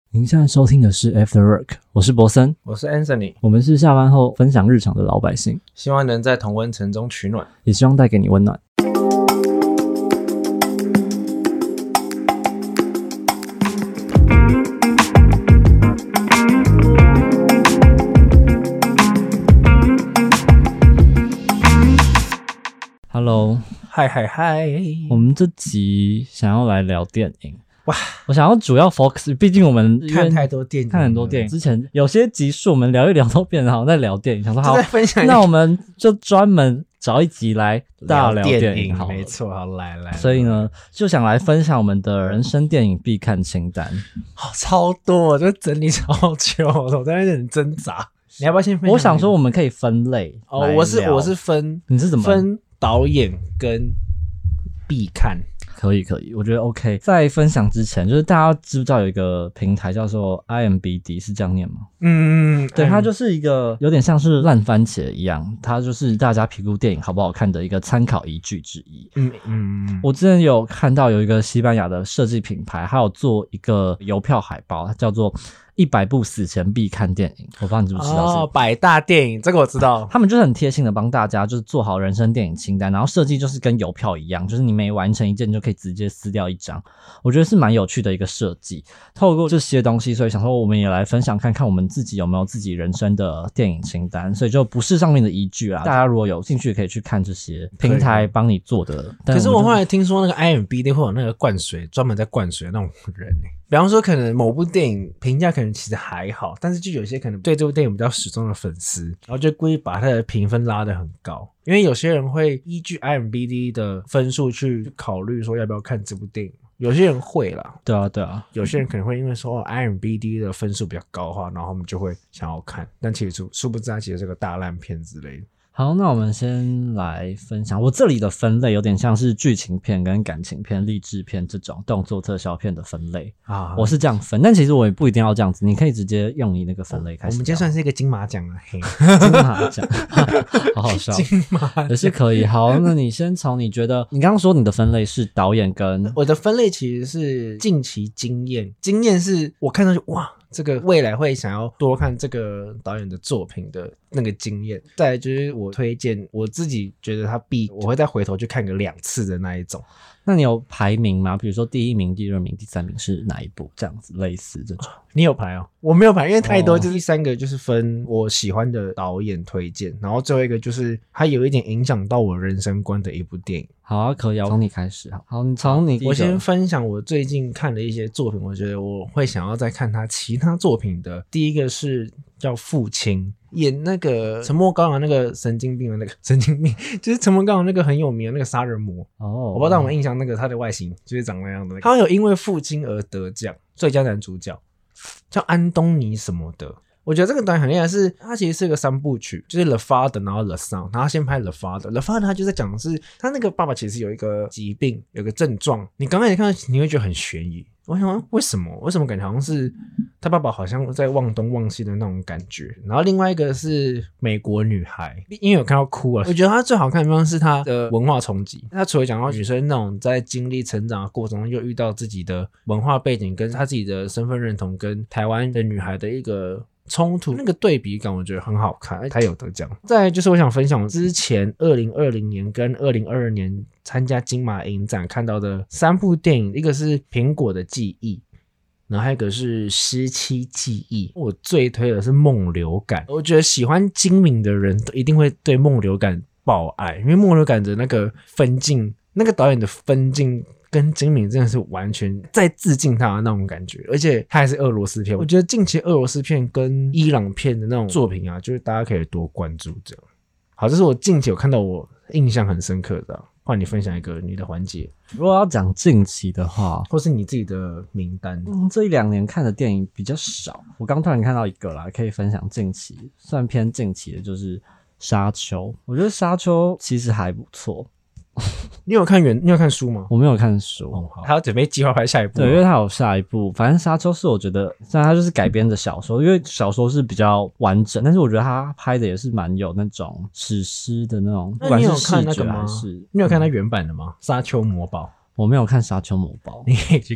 您现在收听的是 After Work， 我是博森， 我是 Anthony， 我们是下班后分享日常的老百姓， 希望能在同温层中取暖， 也希望带给你温暖。Hello， 嗨， 我们这集想要来聊电影。 哇， 我想要主要 focus， 毕竟我们看太多电影， 看很多电影。之前有些集数我们聊一聊都变成好像在聊电影，想说好， 分享那我们就专门找一集来大聊电影好了， 没错，好来。 所以呢，就想来分享我们的人生电影必看清单。 超多，我就整理超久，我在那边挣扎。你要不要先分享？ 我想说我们可以分类哦，我是分， 你是怎么分导演跟必看？ 可以，我觉得 OK。在分享之前，就是大家知不知道有一个平台叫做 IMBD， 是这样念吗？ 对， 它就是一个有点像是烂番茄一样，它就是大家评估电影好不好看的一个参考依据之一。我之前有看到有一个西班牙的设计品牌，还有做一个邮票海报，它叫做100部死前必看电影，我不知道你知不知道 100大电影，这个我知道。 他们就是很贴心的帮大家就是做好人生电影清单，然后设计就是跟邮票一样，就是你每完成一件就可以直接撕掉一张，我觉得是蛮有趣的一个设计。透过这些东西，所以想说我们也来分享看看我们自己有没有自己人生的电影清单，所以就不是上面的依据啦，大家如果有兴趣可以去看这些平台帮你做的。 可是我后来听说那个 IMDb 会有那个灌水，专门在灌水的那种人比方说可能某部电影评价可能其实还好，但是就有些可能对这部电影比较始终的粉丝，然后就故意把他的评分拉得很高，因为有些人会依据 IMDb 的分数去考虑说要不要看这部电影，有些人会啦， 对啊， 有些人可能会因为说IMDb 的分数比较高的话，然后他们就会想要看，但其实殊不知它其实是个大烂片之类的。 好，那我们先来分享，我这里的分类有点像是剧情片跟感情片、励志片这种动作特效片的分类啊，我是这样分，但其实我也不一定要这样子，你可以直接用你那个分类开始。 我们今天算是一个金马奖了，嘿， 金马奖，好好笑， 金马也是可以。好，那你先从你觉得，你刚刚说你的分类是导演跟我的分类其实是近期经验是我看上去哇。这个未来会想要多看这个导演的作品的那个经验，再来就是我推荐我自己觉得他我会再回头去看个2次的那一种。 那你有排名吗？比如说第1名、第2名、第3名是哪一部？这样子类似这种。 你有排哦？我没有排，因为太多。就是第3个就是分我喜欢的导演推荐，然后最后一个就是它有一点影响到我人生观的一部电影。 好啊，可以啊，从你开始。好，你从你我先分享我最近看的一些作品，我觉得我会想要再看他其他作品的。第一个是叫父亲，演那个沉默羔羊那个神经病的那个神经病，就是沉默羔羊那个很有名的那个杀人魔。我不知道我们印象那个他的外形就是长那样的。他有因为父亲而得奖，最佳男主角叫安东尼什么的。我觉得这个导演很厉害，是他其实是个3部曲，就是 The Father 然后 The Son， 然后他先拍 The Father 他就在讲的是他那个爸爸其实有一个疾病，有个症状，你刚开始看你会觉得很悬疑，我想为什么感觉好像是他爸爸好像在忘东忘西的那种感觉。然后另外一个是美国女孩，因为有看到哭了，我觉得他最好看的地方是他的文化冲击。他除了讲到女生那种在经历成长的过程中又遇到自己的文化背景跟他自己的身份认同跟台湾的女孩的一个冲突，那个对比感我觉得很好看，他有得奖。再来就是我想分享之前2020年跟2022年参加金马影展看到的3部电影，一个是苹果的记忆，然后还有一个是失妻记忆。我最推的是梦流感，我觉得喜欢精明的人都一定会对梦流感爆爱，因为梦流感的那个分镜，那个导演的分镜跟精明真的是完全在致敬他的那种感觉，而且他还是俄罗斯片。我觉得近期俄罗斯片跟伊朗片的那种作品啊，就是大家可以多关注这样。好，这是我近期有看到我印象很深刻的换你分享一个你的环节。 如果要讲近期的话， 或是你自己的名单。 这1-2年看的电影比较少，我刚突然看到一个啦，可以分享近期，算偏近期的，就是沙丘。我觉得沙丘其实还不错。 你有看书吗？ 我没有看书。 好，他要准备计划拍下一部。 对，因为他有下一部。反正沙丘是我觉得，虽然他就是改编的小说，因为小说是比较完整，但是我觉得他拍的也是蛮有那种史诗的那种，不管是视觉还是。 你有看他原版的吗？沙丘魔堡。 我没有看沙丘魔堡， 你可以去看，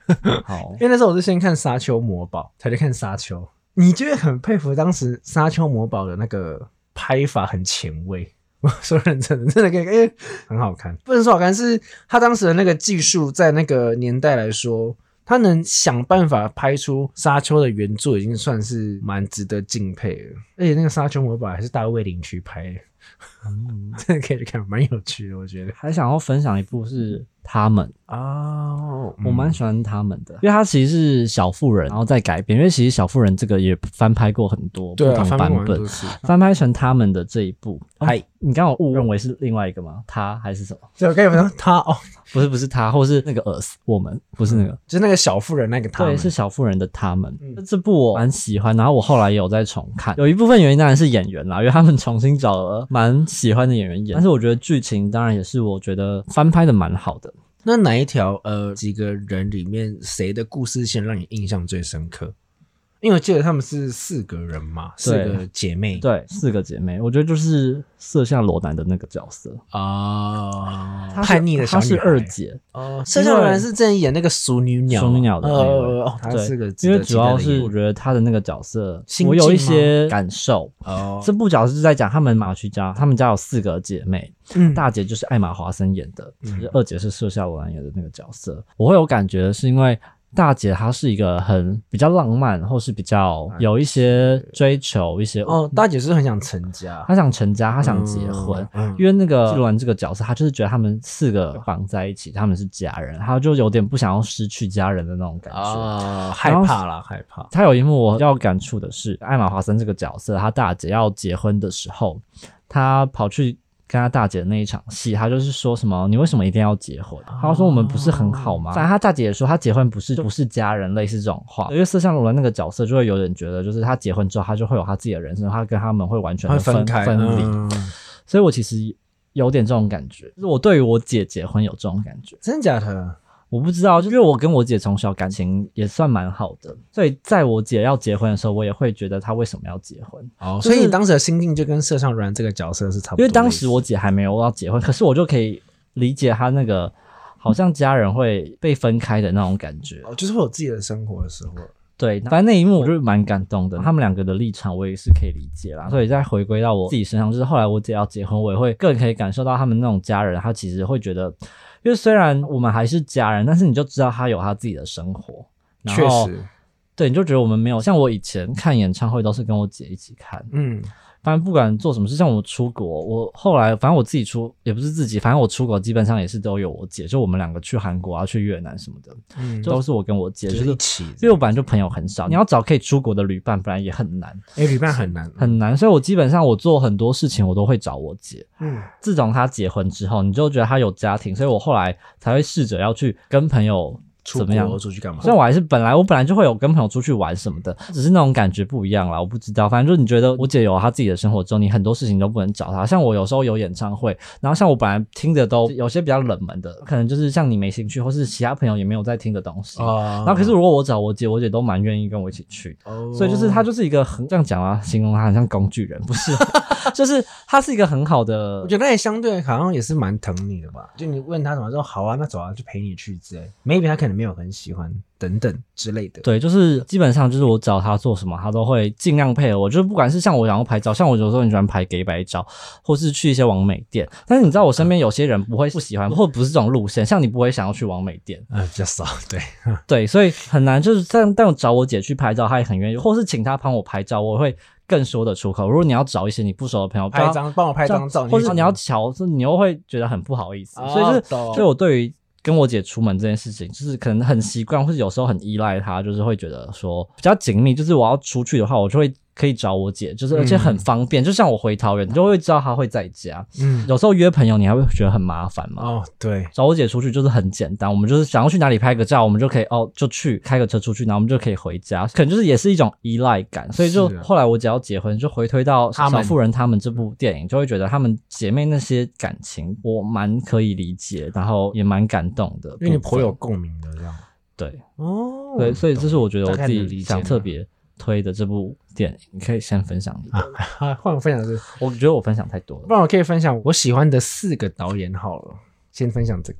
好， 因为那时候我是先看《沙丘魔堡》，才去看《沙丘》，你就会很佩服当时《沙丘魔堡》的那个拍法很前卫。我说认真的，真的可以，因为很好看。不能说好看，是他当时的那个技术，在那个年代来说，他能想办法拍出沙丘的原作，已经算是蛮值得敬佩了。而且那个沙丘魔堡还是大卫林区拍的，真的可以去看，蛮有趣的，我觉得。 还想要分享一部是他们哦， 我蛮喜欢他们的，因为它其实是小妇人，然后再改编，因为其实小妇人这个也翻拍过很多不同版本，翻拍成他们的这一部。 嗨、 你刚刚误认为是另外一个吗？他还是什么？ 对，我跟你们说他哦， 不是他，或是那个 us 我们，不是那个， 就是那个小妇人那个他们， 对，是小妇人的他们。这部我蛮喜欢，然后我后来也有在重看，有一部分原因当然是演员啦，因为他们重新找了蛮喜欢的演员演，但是我觉得剧情当然也是我觉得翻拍的蛮好的。 那哪一条几个人里面谁的故事线让你印象最深刻？因为我记得他们是4个人嘛，4个姐妹， 对，4个姐妹，我觉得就是色下罗南的那个角色啊，叛逆的小女孩， 她是二姐哦，色下罗南是之前演那个熟女鸟， 熟女鸟的那个， 她是个， 因为主要是我觉得她的那个角色，我有一些感受。这部角色是在讲他们马区家，他们家有4个姐妹，大姐就是艾玛华森演的，就是二姐是色下罗南演的那个角色，我会有感觉的是因为。大姐她是一个比较浪漫，或是比较有一些追求一些大姐是很想成家， 她想成家，她想结婚，因为那个季罗兰这个角色，她就是觉得他们4个绑在一起，他们是家人，她就有点不想要失去家人的那种感觉害怕啦，害怕。 她有一幕我要感触的是，艾玛华森这个角色，她大姐要结婚的时候，她跑去。跟他大姐的那一场戏，他就是说什么你为什么一定要结婚？他说我们不是很好吗？反正他大姐也说他结婚不是家人，类似这种话。因为色相罗兰那个角色就会有点觉得，就是他结婚之后他就会有他自己的人生，他跟他们会完全的分离。所以我其实有点这种感觉，就是我对于我姐结婚有这种感觉。 真的假的？ 我不知道，就因为我跟我姐从小感情也算蛮好的，所以在我姐要结婚的时候，我也会觉得她为什么要结婚。 所以你当时的心境就跟色相罗兰这个角色是差不多。 因为当时我姐还没有要结婚，可是我就可以理解她那个好像家人会被分开的那种感觉， 就是会有自己的生活的时候。 对，反正那一幕我就蛮感动的，他们2个的立场我也是可以理解啦。所以再回归到我自己身上，就是后来我姐要结婚，我也会更可以感受到他们那种家人，他其实会觉得。因为虽然我们还是家人，但是你就知道他有他自己的生活，然后确实， 对，你就觉得我们没有像我以前看演唱会都是跟我姐一起看，反正不管做什么事，像我出国，我后来反正我自己出也不是自己，反正我出国基本上也是都有我姐，就我们2个去韩国啊、去越南什么的，就都是我跟我姐， 就是一起。 因为我本来就朋友很少，你要找可以出国的旅伴，本来也很难， 旅伴很难， 所以我基本上我做很多事情我都会找我姐。自从她结婚之后，你就觉得她有家庭，所以我后来才会试着要去跟朋友。怎么样出去干嘛？ 虽然我还是本来就会有跟朋友出去玩什么的，只是那种感觉不一样啦。我不知道，反正就是你觉得我姐有她自己的生活之后，你很多事情都不能找她。像我有时候有演唱会，然后像我本来听的都有些比较冷门的，可能就是像你没兴趣，或是其他朋友也没有在听的东西。然后可是如果我找我姐都蛮愿意跟我一起去。所以就是她就是一个很这样讲啊，形容她很像工具人，不是？就是她是一个很好的， 我觉得她也相对好像也是蛮疼你的吧。就你问她什么说好啊，那走啊，就陪你去之类。maybe 她可能没有很喜欢等等之类的。 对，就是基本上就是我找他做什么，他都会尽量配合我。就是不管是像我想要拍照，像我有时候很喜欢拍给白照，或是去一些网美店。但是你知道我身边有些人不喜欢，或不是这种路线，像你不会想要去网美店， 比较少，对对，所以很难。就是但我找我姐去拍照，她也很愿意，或是请她帮我拍照，我会更说得出口。如果你要找一些你不熟的朋友帮我拍张照， 或者你要瞧，你又会觉得很不好意思。所以我对于跟我姐出门这件事情，就是可能很习惯，或者有时候很依赖她，就是会觉得说比较紧密。就是我要出去的话，我就会可以找我姐，就是而且很方便。就像我回桃园，你就会知道她会在家。有时候约朋友，你还会觉得很麻烦嘛。 对， 找我姐出去就是很简单，我们就是想要去哪里拍个照，我们就可以就去开个车出去，然后我们就可以回家。可能就是也是一种依赖感，所以就后来我姐要结婚，就回推到小妇人他们这部电影，就会觉得他们姐妹那些感情，我蛮可以理解，然后也蛮感动的， 因为你颇有共鸣的这样。 对，对，所以这是我觉得我自己想特别推的这部电影。你可以先分享你的换我分享的是， 我觉得我分享太多了， 不然我可以分享我喜欢的4个导演好了，先分享这个。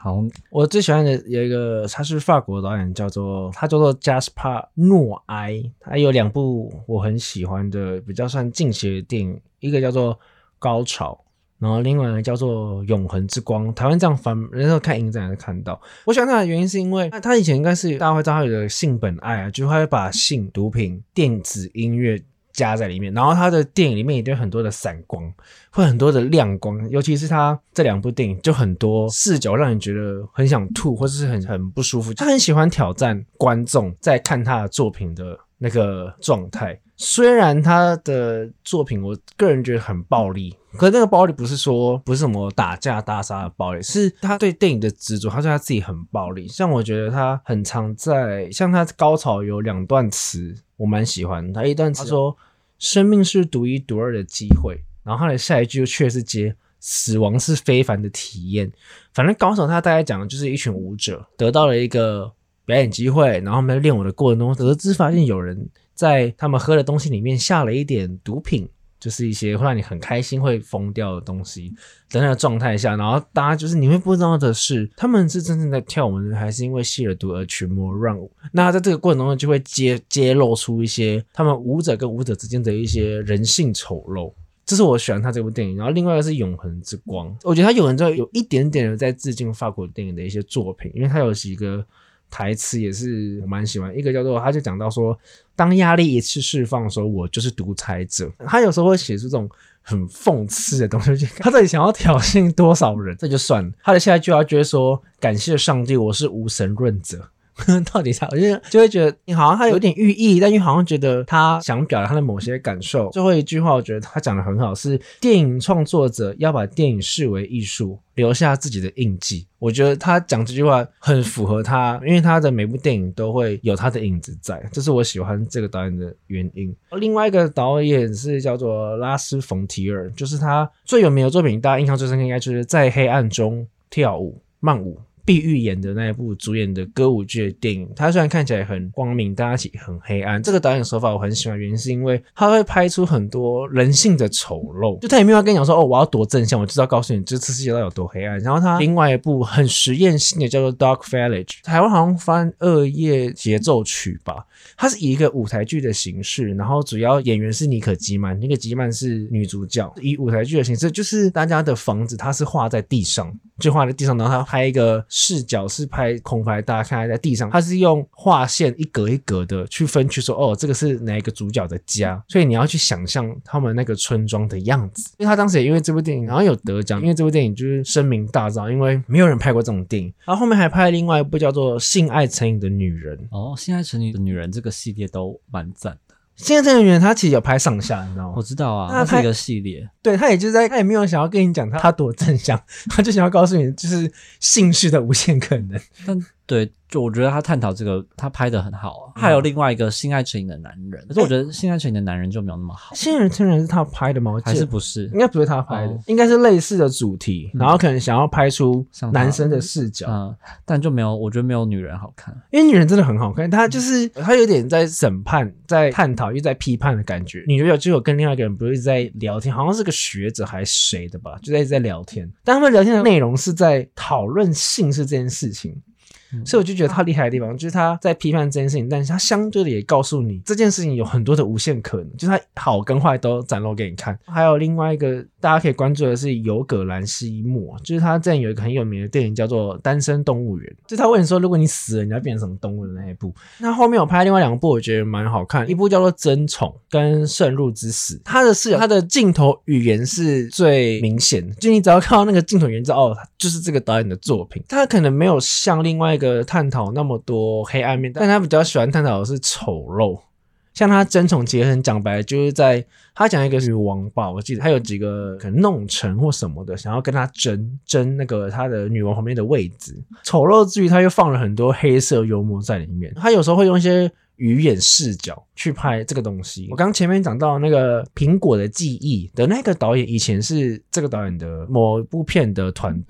好， 我最喜欢的有一个，他是法国导演，他叫做加斯帕诺埃，他有2部我很喜欢的比较算近期的电影，一个叫做《高潮》，然后另外一个叫做《永恒之光》。台湾这样翻，那时候看影展也看到。我喜欢他的原因是因为他以前应该是大家会知道他有个性本爱啊，就是他会把性、毒品、电子音乐加在里面，然后他的电影里面也有很多的闪光，会很多的亮光，尤其是他这2部电影就很多视角让你觉得很想吐或是很不舒服。他很喜欢挑战观众在看他的作品的那个状态。虽然他的作品我个人觉得很暴力，可是那个暴力不是什么打架大杀的暴力，是他对电影的执着，他对他自己很暴力。像我觉得他很常像他高潮有2段词我蛮喜欢，他一段词说生命是独一无二的机会，然后他的下一句却是接死亡是非凡的体验。反正高潮他大概讲的就是一群舞者得到了一个表演机会，然后他们在练舞的过程中得知发现有人在他们喝的东西里面下了一点毒品，就是一些会让你很开心会疯掉的东西的那个状态下，然后大家就是你会不知道的是他们是真正在跳舞呢，还是因为吸了毒而群魔乱舞。那在这个过程中就会揭露出一些他们舞者跟舞者之间的一些人性丑陋，这是我喜欢他这部电影。然后另外一个是永恒之光，我觉得他永恒之光有一点点的在致敬法国电影的一些作品，因为他有几个台词也是我蛮喜欢，一个叫做他就讲到说当压力一次释放的时候我就是独裁者。他有时候会写出这种很讽刺的东西，他到底想要挑衅多少人这就算了。他的下一句话就会说感谢上帝我是无神论者到底我就会觉得你好像他有点寓意，但又好像觉得他想表达他的某些感受。最后一句话我觉得他讲得很好，是电影创作者要把电影视为艺术，留下自己的印记。我觉得他讲这句话很符合他，因为他的每部电影都会有他的影子在，这是我喜欢这个导演的原因。另外一个导演是叫做拉斯冯提尔，就是他最有名的作品大家印象最深刻应该就是在黑暗中跳舞慢舞碧玉演的那一部主演的歌舞剧的电影。他虽然看起来很光明，但他其实很黑暗。这个导演手法我很喜欢，原因是因为他会拍出很多人性的丑陋，就他也没有跟你讲说我要多正向，我就是要告诉你这次世界到底有多黑暗。然后他另外一部很实验性的叫做 Dark Village， 台湾好像翻恶夜节奏曲吧，它是以一个舞台剧的形式，然后主要演员是妮可基曼，妮可基曼是女主角，以舞台剧的形式，就是大家的房子它是画在地上，就画在地上，然后他拍一个视角是拍空拍，大家看在地上，他是用画线一格一格的去分区说这个是哪一个主角的家，所以你要去想象他们那个村庄的样子。因为他当时也因为这部电影然后有得奖，因为这部电影就是声名大噪，因为没有人拍过这种电影。然后后面还拍了另外一部叫做性爱成瘾的女人。 性爱成瘾的女人这个系列都蛮赞的。 性爱成瘾的女人他其实有拍上下，你知道吗？ 我知道啊，它是一个系列。 对，他也没有想要跟你讲他多正向，他就想要告诉你就是性事的无限可能。 但对，就我觉得他探讨这个他拍得很好啊。还有另外一个性爱成瘾的男人，可是我觉得性爱成瘾的男人就没有那么好。 性爱成瘾是他拍的吗？ 还是不是？ 应该不是他拍的，应该是类似的主题，然后可能想要拍出男生的视角， 但就没有，我觉得没有女人好看。 因为女人真的很好看，他有点在审判、在探讨又在批判的感觉。女主角就有跟另外一个人不是一直在聊天，好像是个学者还是谁的吧，就一直在聊天，但他们聊天的内容是在讨论性事这件事情。所以我就觉得他厉害的地方就是他在批判这件事情，但是他相对的也告诉你这件事情有很多的无限可能，就是他好跟坏都展露给你看。还有另外一个大家可以关注的是尤葛兰西莫，就是他之前有一个很有名的电影叫做《单身动物园》，就是他问你说如果你死了你要变成什么动物的那一部。那后面有拍另外2部我觉得蛮好看，一部叫做《争宠》跟《圣路之死》，他的镜头语言是最明显的，就你只要看到那个镜头语言知道就是这个导演的作品。他可能没有像另外一个探讨那么多黑暗面，但他比较喜欢探讨的是丑陋。像他争宠其实很讲白，就是在他讲一个女王吧，我记得他有几个可能弄臣或什么的想要跟他争那个他的女王旁边的位置。丑陋之余他又放了很多黑色幽默在里面，他有时候会用一些鱼眼视角去拍这个东西。我刚前面讲到那个苹果的记忆的那个导演以前是这个导演的某部片的团队，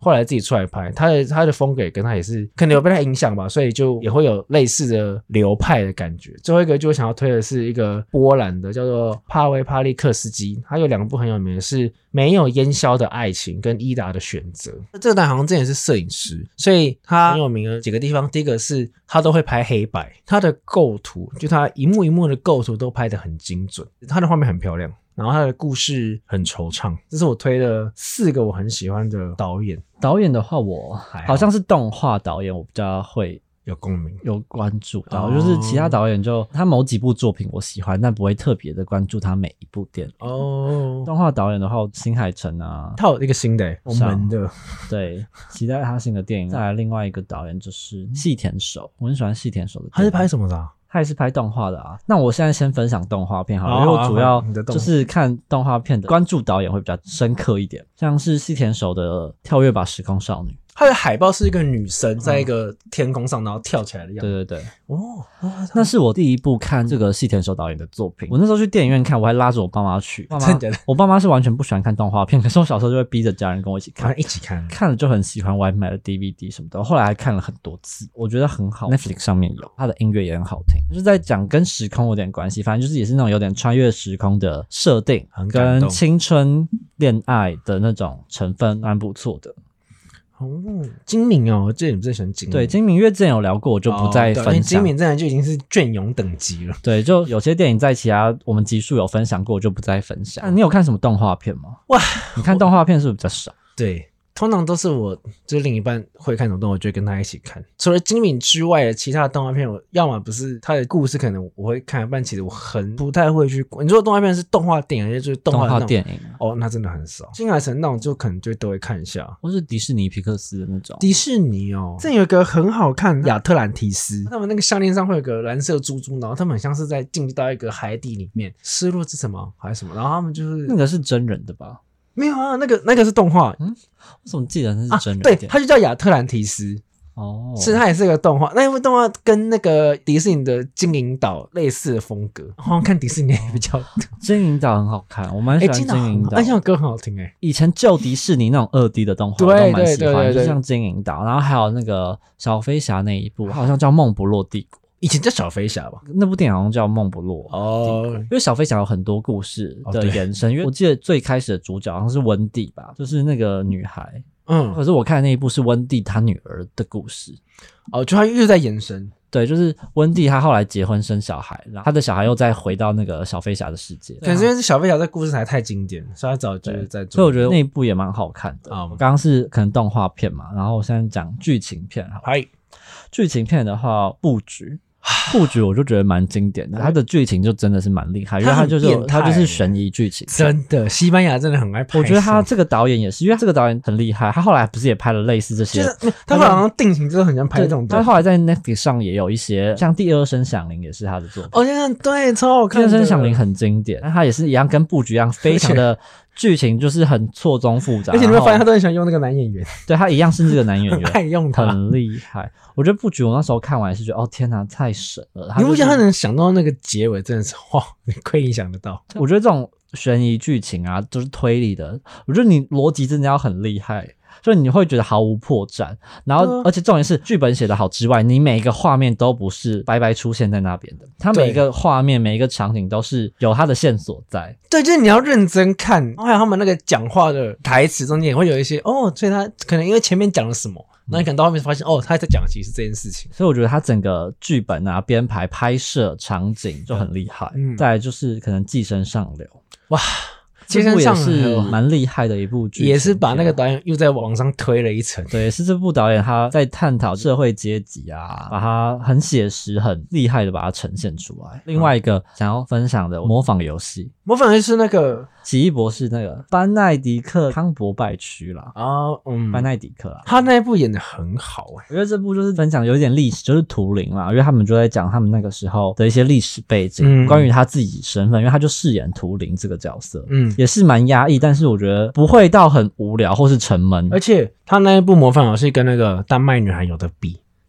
后来自己出来拍，他的风格也跟他也是可能有被他影响吧，所以就也会有类似的流派的感觉。最后一个就我想要推的是一个波兰的叫做帕维帕利克斯基，他有2部很有名的是没有烟硝的爱情跟伊达的选择。这个男好像之前是摄影师，所以他很有名的几个地方，第一个是他都会拍黑白，他的构图就他一幕一幕的构图都拍得很精准，他的画面很漂亮，然后他的故事很惆怅。这是我推的4个我很喜欢的导演。 导演的话我好像是动画导演我比较会有共鸣有关注到，就是其他导演就他某几部作品我喜欢，但不会特别的关注他每一部电影。动画导演的话新海诚啊， 他有一个新的我们的， 对，期待他新的电影。再来另外一个导演就是细田守，我很喜欢细田守的。 他是拍什么的他也是拍动画的啊。那我现在先分享动画片好了，因为我主要就是看动画片的，关注导演会比较深刻一点。像是细田守的《跳跃吧时空少女》， 它的海报是一个女生在一个天空上然后跳起来的样子。 对对对，那是我第一部看这个细田守导演的作品。我那时候去电影院看，我还拉着我爸妈去。我爸妈是完全不喜欢看动画片，可是我小时候就会逼着家人跟我一起看，看了就很喜欢，我还买了 DVD 什么的。我后来还看了很多次，我觉得很好。Netflix 上面有，它的音乐也很好听，就是在讲跟时空有点关系，反正就是也是那种有点穿越时空的设定，跟青春恋爱的那种成分，蛮不错的。 精明哦，这你最喜欢精明。 对，精明，因为之前有聊过，我就不再分享。 精明真的就已经是隽永等级了。 对，就有些电影在其他我们集数有分享过，我就不再分享。你有看什么动画片吗？哇，你看动画片是不是比较少？ 对。通常都是我就是另一半会看什么动画，我就会跟他一起看。除了精敏之外的其他的动画片，我要么不是他的故事，可能我会看，但其实我很不太会去。你说动画片是动画电影，就是动画电影那真的很少。新海诚那种就可能就都会看一下， 或是迪士尼皮克斯的那种。 迪士尼这有一个很好看亚特兰提斯，他们那个项链上会有个蓝色珠珠，然后他们很像是在进入到一个海底里面，失落之什么还是什么，然后他们就是那个是真人的吧？ 没有啊，那个是动画。我怎么记得那是真人？ 对，它就叫亚特兰提斯。是它也是个动画，那部动画跟那个迪士尼的金银岛类似的风格，好像看迪士尼也比较多。 金银岛很好看，我蛮喜欢金银岛， 而且歌很好听以前旧迪士尼那种2D 的动画我都蛮喜欢，就像金银岛，然后还有那个小飞侠那一部，好像叫梦不落帝国。 以前叫小飞侠吧， 那部电影好像叫梦不落因为小飞侠有很多故事的延伸，因为我记得最开始的主角好像是温蒂吧，就是那个女孩，可是我看的那一部是温蒂她女儿的故事， 就她又在延伸， 对，就是温蒂她后来结婚生小孩，然后她的小孩又再回到那个小飞侠的世界， 可是因为小飞侠这故事还太经典，所以他早就是在做， 所以我觉得那一部也蛮好看的。刚刚是可能动画片嘛，然后我现在讲剧情片好，剧情片的话，布局我就觉得蛮经典的，它的剧情就真的是蛮厉害，因为它就是悬疑剧情， 真的，西班牙真的很爱拍。 我觉得他这个导演也是，因为这个导演很厉害，他后来不是也拍了类似这些， 他好像定型就是很像拍这种。 他后来在 Netflix 上也有一些，像《第二声响铃》也是他的作品。 对，超好看。 《第二声响铃》很经典，但他也是一样跟布局一样，非常的剧情就是很错综复杂。 而且你会发现他都很喜欢用那个男演员， 对他一样是这个男演员， 爱用他， 很厉害。我觉得布局我那时候看完也是觉得，天哪，太神了！ 你不觉得他能想到那个结尾，真的是哇，你可以想得到。 我觉得这种悬疑剧情啊，就是推理的，我觉得你逻辑真的要很厉害，所以你会觉得毫无破绽。然后，而且重点是剧本写得好之外，你每一个画面都不是白白出现在那边的，它每一个画面、每一个场景都是有它的线索在。 对，就是你要认真看，还有他们那个讲话的台词中间也会有一些所以他可能因为前面讲了什么。那你可能到后面发现他在讲的其实是这件事情， 所以我觉得他整个剧本啊、编排、拍摄、场景就很厉害。再来就是可能寄生上流，哇，这部也是蛮厉害的一部剧， 也是把那个导演又在往上推了一层。 对，是这部导演他在探讨社会阶级啊，把它很写实、很厉害的把它呈现出来。另外一个想要分享的模仿游戏， 是那个奇异博士那个班奈迪克康伯拜区啦，班奈迪克啦， 他那一部演得很好我觉得这部就是分享有一点历史，就是图灵啦，因为他们就在讲他们那个时候的一些历史背景，关于他自己身份，因为他就饰演图灵这个角色，也是蛮压抑，但是我觉得不会到很无聊或是沉闷， 而且他那一部模仿游戏跟那个丹麦女孩有的比。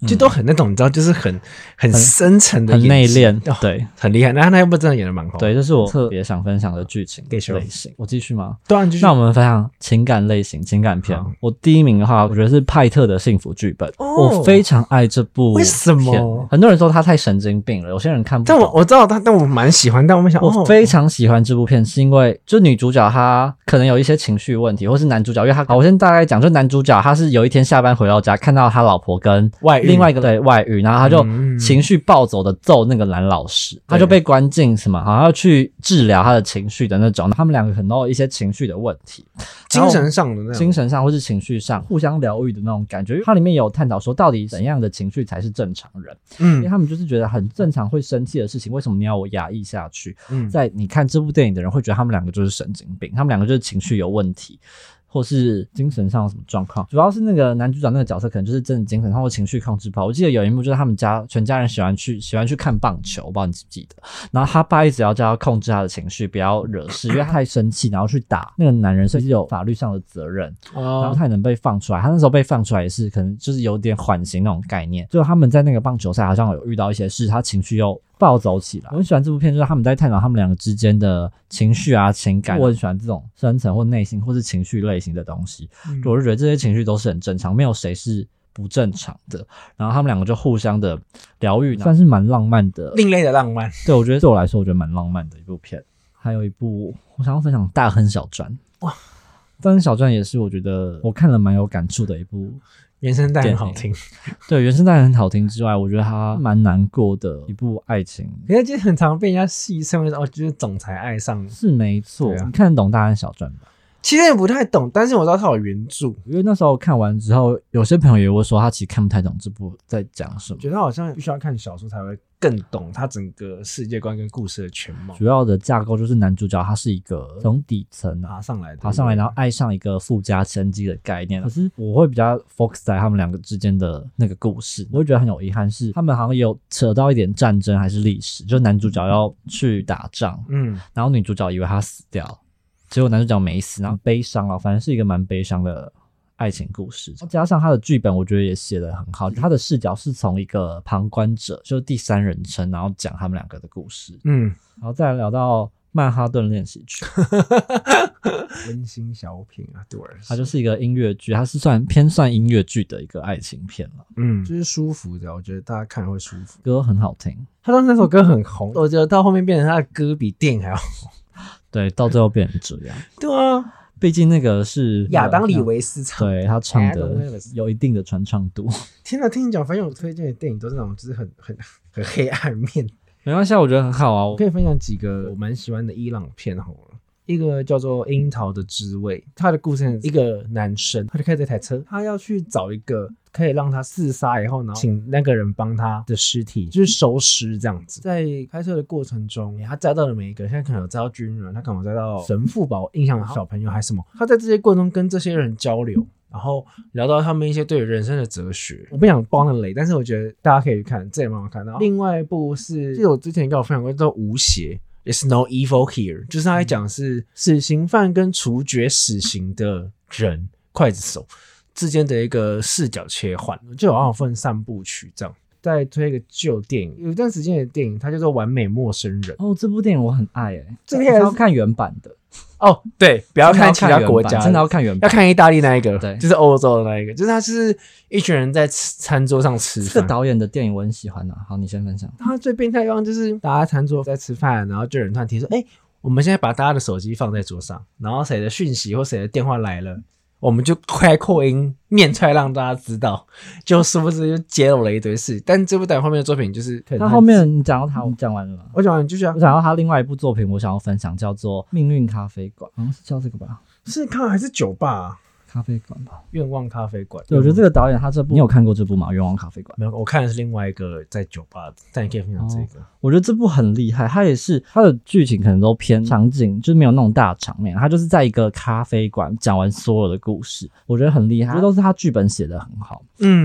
就都很那种你知道，就是很深沉的很内敛， 对， 很厉害。那他又不真的演的蛮好， 对，这是我特别想分享的剧情类型。我继续吗？ 对啊，继续。 那我们分享情感类型、情感片。我第一名的话，我觉得是派特的幸福剧本。我非常爱这部片。 为什么？ 很多人说他太神经病了，有些人看不懂。 但我知道他，但我蛮喜欢。但我没想， 我非常喜欢这部片，是因为就女主角她可能有一些情绪问题，或是男主角，因为他，我先大概讲，就男主角他是有一天下班回到家，看到他老婆跟另外一个对外遇，然后他就情绪暴走的揍那个男老师，他就被关进什么，好像要去治疗他的情绪的那种。他们两个可能都有一些情绪的问题， 精神上的那种， 精神上或是情绪上互相疗愈的那种感觉。它里面有探讨说，到底怎样的情绪才是正常人？因为他们就是觉得很正常会生气的事情，为什么你要我压抑下去？在你看这部电影的人会觉得他们两个就是神经病，他们两个就是情绪有问题。或是精神上有什么状况，主要是那个男主角那个角色可能就是真的精神上或情绪控制不好。我记得有一幕就是他们家全家人喜欢去看棒球，我不知道你记不记得。然后他爸一直要叫他控制他的情绪，不要惹事，因为他太生气，然后去打那个男人，所以是有法律上的责任。然后他也能被放出来，他那时候被放出来也是可能就是有点缓刑那种概念。就他们在那个棒球赛好像有遇到一些事，他情绪又暴走起来。我很喜欢这部片，就是他们在探讨他们两个之间的情绪啊、情感。我很喜欢这种深层或内心或是情绪类型的东西。我就觉得这些情绪都是很正常，没有谁是不正常的。然后他们两个就互相的疗愈，算是蛮浪漫的， 另类的浪漫。 对，我觉得对我来说，我觉得蛮浪漫的一部片。还有一部我想要分享《大亨小传》。哇，《大亨小传》也是我觉得我看了蛮有感触的一部。 原声带很好听， 对，原声带很好听之外，我觉得它蛮难过的一部爱情。 可是其实很常被人家戏称为就是总裁爱上， 是没错。你看得懂《大亨小传》吧？ 其实也不太懂，但是我知道它有原著， 因为那时候看完之后，有些朋友也会说他其实看不太懂这部在讲什么， 觉得好像必须要看小说才会更懂他整个世界观跟故事的全貌。 主要的架构就是男主角他是一个从底层爬上来， 然后爱上一个富家千金的概念。可是我会比较 focus 在他们两个之间的那个故事，我会觉得很有遗憾是他们好像有扯到一点战争还是历史，就男主角要去打仗，然后女主角以为他死掉了。结果男主角没死，然后悲伤啊，反正是一个蛮悲伤的爱情故事。加上他的剧本，我觉得也写得很好，他的视角是从一个旁观者，就是第三人称，然后讲他们两个的故事。然后再来聊到曼哈顿练习曲， 温馨小品啊，对我来说， 它就是一个音乐剧，它是偏算音乐剧的一个爱情片了。 就是舒服的，我觉得大家看会舒服， 歌很好听。 他当时那首歌很红，我觉得到后面变成他的歌比电影还要红。 对，到最后变成这样。 对啊， 毕竟那个是亚当·李维斯唱， 对他唱的有一定的传唱度。 天哪，听你讲，反正我推荐的电影都是那种就是很黑暗面。 没关系，我觉得很好啊。 我可以分享几个我蛮喜欢的伊朗片好了。一个叫做《樱桃的滋味》，他的故事一个男生，他就开这台车，他要去找一个可以让他自杀以后，然后请那个人帮他的尸体就是收尸这样子。在开车的过程中，他载到了每一个，现在可能有载到军人，他可能有载到神父吧，我印象小朋友还是什么。他在这些过程中跟这些人交流，然后聊到他们一些对人生的哲学。我不想爆那雷，但是我觉得大家可以去看，这也蛮好看的。另外一部是，记得我之前跟我分享过，叫做《无邪》。It's no evil here， 就是他在讲是死刑犯跟处决死刑的人刽子手之间的一个视角切换，就好像分3部曲这样。再推一个旧电影，有一段时间的电影，它叫做《完美陌生人》。 这部电影我很爱这个要看原版的。 对，不要看其他国家， 真的要看原版， 要看意大利那一个， 对， 就是欧洲的那一个，就是他是一群人在餐桌上吃饭。 这个导演的电影我很喜欢啊。好，你先分享。 他最变态的地方就是大家餐桌在吃饭，然后就有人突然提出，我们现在把大家的手机放在桌上，然后谁的讯息或谁的电话来了，我们就开扩音念出来让大家知道，就是不是就揭露了一堆事。但这部导演后面的作品就是他后面你讲到他，我讲完了吗？ 我讲完就是我讲到他另外一部作品，我想要分享叫做《命运咖啡馆》，好像是叫这个吧？ 是看还是酒吧？ 咖啡馆吧， 愿望咖啡馆。 对，我觉得这个导演他这部，你有看过这部吗？愿望咖啡馆？ 没有，我看的是另外一个在酒吧的，但你可以分享这个。 我觉得这部很厉害，它也是它的剧情可能都偏场景，就是没有那种大场面，它就是在一个咖啡馆讲完所有的故事，我觉得很厉害，这都是他剧本写得很好。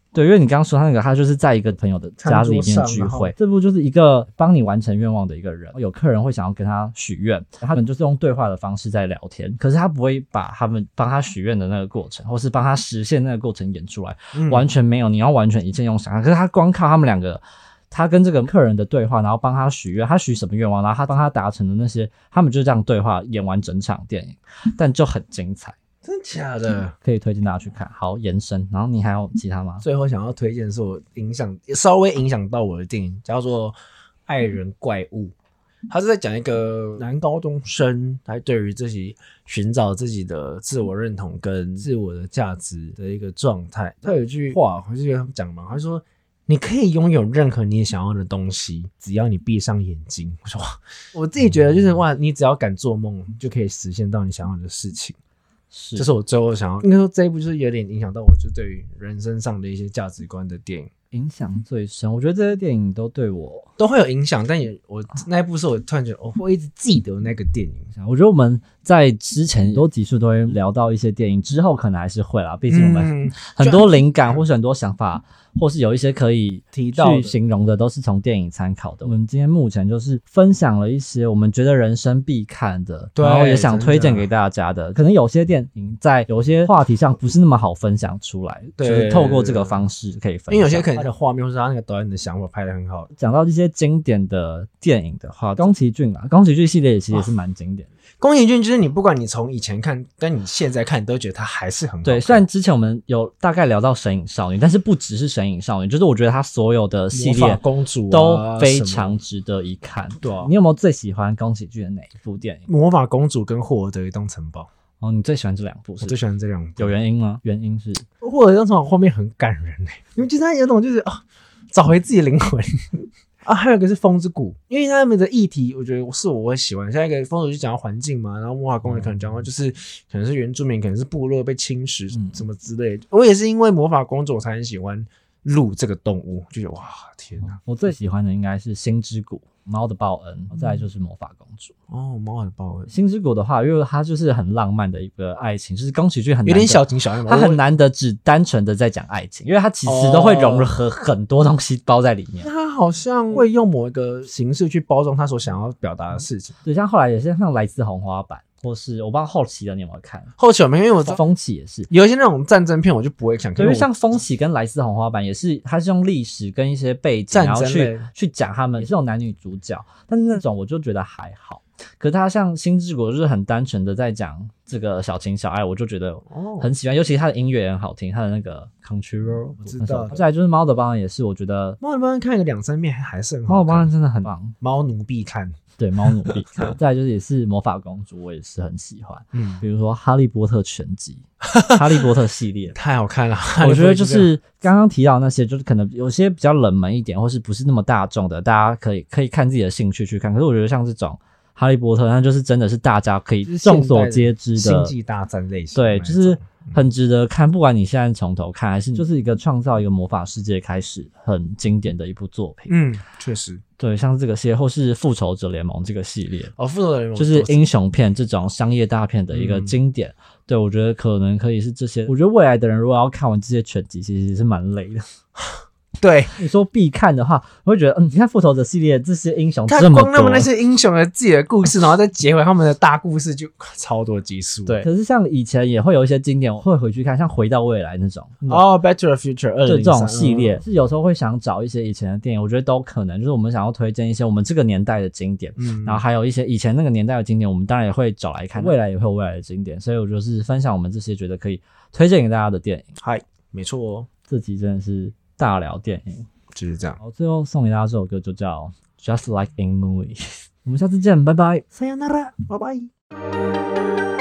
对，因为你刚刚说那个，他就是在一个朋友的家里面聚会，这部就是一个帮你完成愿望的一个人。有客人会想要跟他许愿，他们就是用对话的方式在聊天，可是他不会把他们帮他许愿的那个过程，或是帮他实现那个过程演出来，完全没有，你要完全一切用想象。可是他光靠他们两个，他跟这个客人的对话，然后帮他许愿，他许什么愿望，然后他帮他达成的那些，他们就这样对话演完整场电影，但就很精彩。 真的假的？ 可以推荐大家去看。好，延伸，然后你还有其他吗？ 最后想要推荐是我稍微影响到我的电影，叫做《爱人怪物》。他是在讲一个男高中生，他对于自己寻找自己的自我认同跟自我的价值的一个状态。他有一句话，我就觉得他们讲嘛，他说：“你可以拥有任何你想要的东西，只要你闭上眼睛。”我说哇，我自己觉得就是哇，你只要敢做梦，就可以实现到你想要的事情。这是我最后想要，应该说这一部就是有点影响到我，就对于人生上的一些价值观的电影。 影响最深，我觉得这些电影都对我都会有影响，但我那一部是我突然觉得我会一直记得那个电影。 我觉得我们在之前多集数都会聊到一些电影，之后可能还是会啦，毕竟我们很多灵感或是很多想法，或是有一些可以提到去形容的，都是从电影参考的。我们今天目前就是分享了一些我们觉得人生必看的，然后也想推荐给大家的。可能有些电影在有些话题上不是那么好分享出来，就是透过这个方式可以分享。 因为有些可能他的画面或是他那个导演的想法拍得很好。 讲到这些经典的电影的话，宫崎骏系列其实也是蛮经典的。 宫崎骏就是你不管你从以前看跟你现在看，你都觉得他还是很好看。 对，虽然之前我们有大概聊到神隐少女，但是不只是神隐少女，就是我觉得他所有的系列公主都非常值得一看。 对啊， 你有没有最喜欢宫崎骏的哪一部电影？ 魔法公主跟霍尔的移动城堡。 哦，你最喜欢这两部？ 我最喜欢这两部。有原因吗？原因是霍尔移动城堡后面很感人因为就是他有种就是找回自己的灵魂。还有一个是风之谷，因为他们的议题我觉得我会喜欢。下一个风之谷就讲到环境嘛，然后魔法公主可能讲到就是可能是原住民，可能是部落被侵蚀什么之类的。我也是因为魔法公主我才很喜欢鹿这个动物，就觉得哇天哪！ 我最喜欢的应该是星之谷，猫的报恩，再来就是魔法公主。 猫的报恩。 星之谷的话，因为它就是很浪漫的一个爱情，就是宫崎骏很难有点小情小爱嘛， 他很难得只单纯的在讲爱情，因为他其实都会融合很多东西包在里面。 他好像会用某一个形式去包装他所想要表达的事情。 对，像后来也是像来自红花板，或是我不知道后期的你有没有看？ 后期有没有？因为我风起也是有一些那种战争片，我就不会想看。 因为像风起跟来自红花板也是，它是用历史跟一些背景，然后去讲他们也是有男女主角，但是那种我就觉得还好。可是他像星之谷就是很单纯的在讲这个小情小爱，我就觉得很喜欢，尤其他的音乐也很好听，他的那个 Control 我知道。 再来就是猫的帮人也是，我觉得猫的帮人看个2-3遍还是很好看。 猫的帮人真的很棒， 猫奴必看。 对，猫奴必看。再来就是也是魔法公主，我也是很喜欢。比如说哈利波特全集、哈利波特系列太好看了。 我觉得就是刚刚提到那些，就是可能有些比较冷门一点，或是不是那么大众的，大家可以看自己的兴趣去看。可是我觉得像这种哈利波特，那就是真的是大家可以众所皆知的星际大战类型。 对，就是很值得看，不管你现在从头看，还是就是一个创造一个魔法世界开始很经典的一部作品。 确实。 对，像这个系列，或是复仇者联盟这个系列， 复仇者联盟就是英雄片这种商业大片的一个经典。对，我觉得可能可以是这些。我觉得未来的人如果要看完这些全集，其实是蛮累的。 对， 你说必看的话，我会觉得，你看复仇者系列这些英雄这么多，他光他们那些英雄的自己的故事，然后再结合他们的大故事，就超多集数。 对，可是像以前也会有一些经典，我会回去看，像回到未来那种 Back to the Future 2003， 就这种系列，是有时候会想找一些以前的电影，我觉得都可能，就是我们想要推荐一些我们这个年代的经典，然后还有一些以前那个年代的经典，我们当然也会找来看，未来也会有未来的经典，所以我就是分享我们这些觉得可以推荐给大家的电影。 嗨，没错哦， 这集真的是大聊电影。 就是这样。 好，最后送给大家这首歌就叫 Just Like in Movies。我们下次见，拜拜。 Sayonara，拜拜。